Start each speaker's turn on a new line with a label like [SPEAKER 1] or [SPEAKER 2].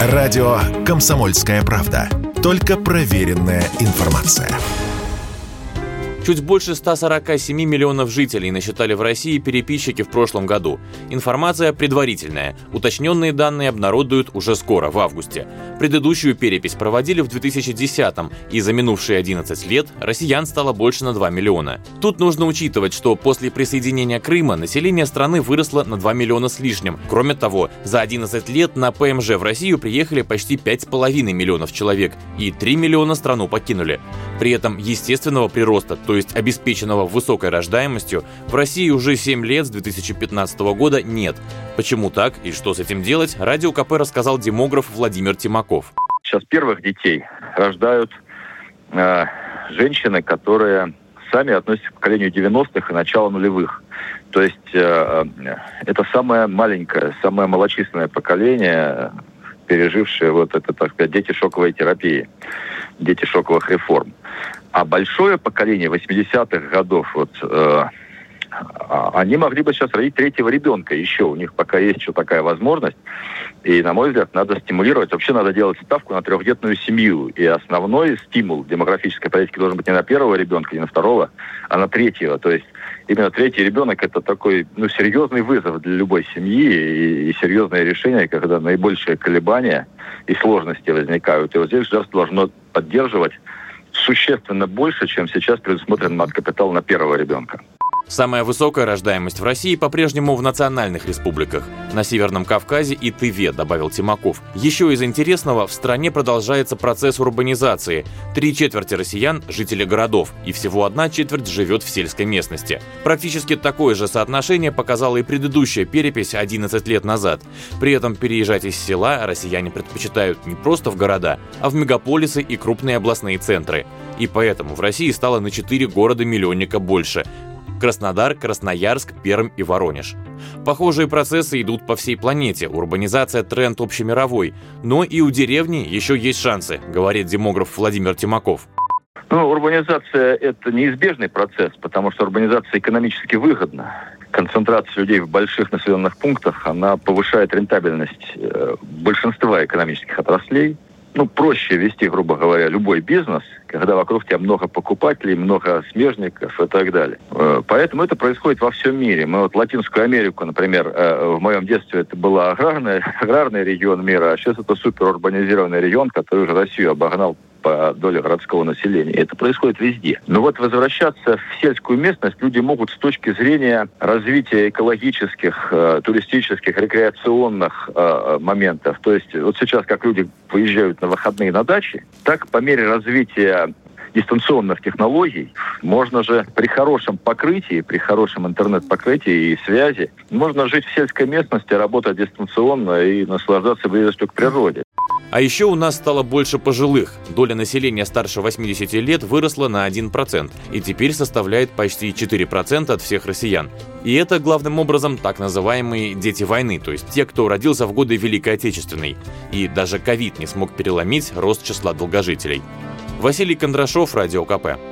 [SPEAKER 1] Радио «Комсомольская правда». Только проверенная информация.
[SPEAKER 2] Чуть больше 147 миллионов жителей насчитали в России переписчики в прошлом году. Информация предварительная. Уточненные данные обнародуют уже скоро, в августе. Предыдущую перепись проводили в 2010-м, и за минувшие 11 лет россиян стало больше на 2 миллиона. Тут нужно учитывать, что после присоединения Крыма население страны выросло на 2 миллиона с лишним. Кроме того, за 11 лет на ПМЖ в Россию приехали почти 5,5 миллионов человек, и 3 миллиона страну покинули. При этом естественного прироста, то есть обеспеченного высокой рождаемостью, в России уже 7 лет с 2015 года нет. Почему так и что с этим делать, Радио КП рассказал демограф Владимир Тимаков.
[SPEAKER 3] Сейчас первых детей рождают женщины, которые сами относятся к поколению 90-х и начала нулевых. То есть это самое маленькое, самое малочисленное поколение, пережившие вот это, так сказать, дети шоковой терапии, дети шоковых реформ. А большое поколение 80-х годов, они могли бы сейчас родить третьего ребенка еще. У них пока есть еще такая возможность. И, на мой взгляд, надо стимулировать. Вообще надо делать ставку на трехдетную семью. И основной стимул демографической политики должен быть не на первого ребенка, не на второго, а на третьего. То есть именно третий ребенок – это такой серьезный вызов для любой семьи и серьезное решение, когда наибольшие колебания и сложности возникают. И вот здесь государство должно поддерживать существенно больше, чем сейчас предусмотрен мат-капитал на первого ребенка.
[SPEAKER 2] Самая высокая рождаемость в России по-прежнему в национальных республиках. На Северном Кавказе и Тыве, добавил Тимаков. Еще из интересного, в стране продолжается процесс урбанизации. 3/4 россиян – жители городов, и всего 1/4 живет в сельской местности. Практически такое же соотношение показала и предыдущая перепись 11 лет назад. При этом переезжать из села россияне предпочитают не просто в города, а в мегаполисы и крупные областные центры. И поэтому в России стало на 4 города-миллионника больше – Краснодар, Красноярск, Пермь и Воронеж. Похожие процессы идут по всей планете. Урбанизация – тренд общемировой. Но и у деревни еще есть шансы, говорит демограф Владимир Тимаков.
[SPEAKER 3] Урбанизация – это неизбежный процесс, потому что урбанизация экономически выгодна. Концентрация людей в больших населенных пунктах, она повышает рентабельность большинства экономических отраслей. Проще вести, грубо говоря, любой бизнес, когда вокруг тебя много покупателей, много смежников и так далее. Поэтому это происходит во всем мире. Мы Латинскую Америку, например, в моем детстве это был аграрный регион мира, а сейчас это суперурбанизированный регион, который уже Россию обогнал по доле городского населения. Это происходит везде. Но возвращаться в сельскую местность люди могут с точки зрения развития экологических, туристических, рекреационных моментов. То есть сейчас, как люди выезжают на выходные на дачи, так по мере развития дистанционных технологий можно же при хорошем покрытии, при хорошем интернет-покрытии и связи, можно жить в сельской местности, работать дистанционно и наслаждаться близостью к природе.
[SPEAKER 2] А еще у нас стало больше пожилых. Доля населения старше 80 лет выросла на 1% и теперь составляет почти 4% от всех россиян. И это, главным образом, так называемые «дети войны», то есть те, кто родился в годы Великой Отечественной. И даже ковид не смог переломить рост числа долгожителей. Василий Кондрашов, Радио КП.